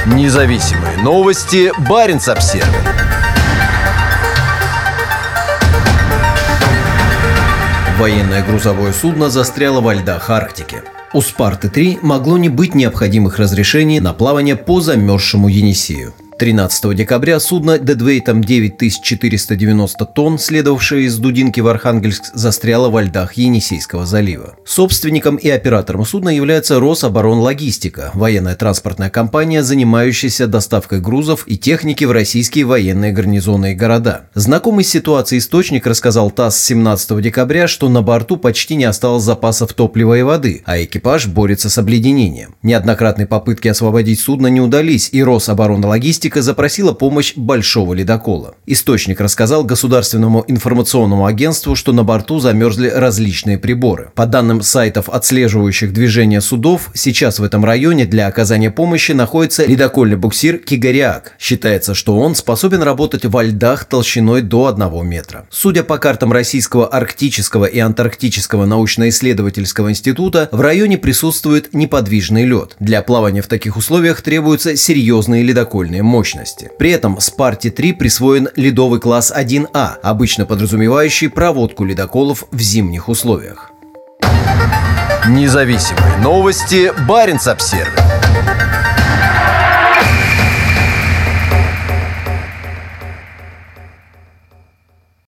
Независимые новости. Баренц-Обсервис. Военное грузовое судно застряло во льдах Арктики. У «Спарты-3» могло не быть необходимых разрешений на плавание по замерзшему Енисею. 13 декабря судно дедвейтом 9490 тонн, следовавшее из Дудинки в Архангельск, застряло во льдах Енисейского залива. Собственником и оператором судна является Рособоронлогистика, военная транспортная компания, занимающаяся доставкой грузов и техники в российские военные гарнизонные города. Знакомый с ситуацией источник рассказал ТАСС 17 декабря, что на борту почти не осталось запасов топлива и воды, а экипаж борется с обледенением. Неоднократные попытки освободить судно не удались, и Рособоронлогистика запросила помощь большого ледокола. Источник рассказал Государственному информационному агентству, что на борту замерзли различные приборы. По данным сайтов, отслеживающих движение судов, сейчас в этом районе для оказания помощи находится ледокольный буксир «Кигариак». Считается, что он способен работать во льдах толщиной до 1 метра. Судя по картам Российского арктического и антарктического научно-исследовательского института, в районе присутствует неподвижный лед. Для плавания в таких условиях требуются серьезные ледокольные мощности. При этом «Спарте-3» присвоен ледовый класс 1А, обычно подразумевающий проводку ледоколов в зимних условиях. Независимые новости. Баренц-Обсервис.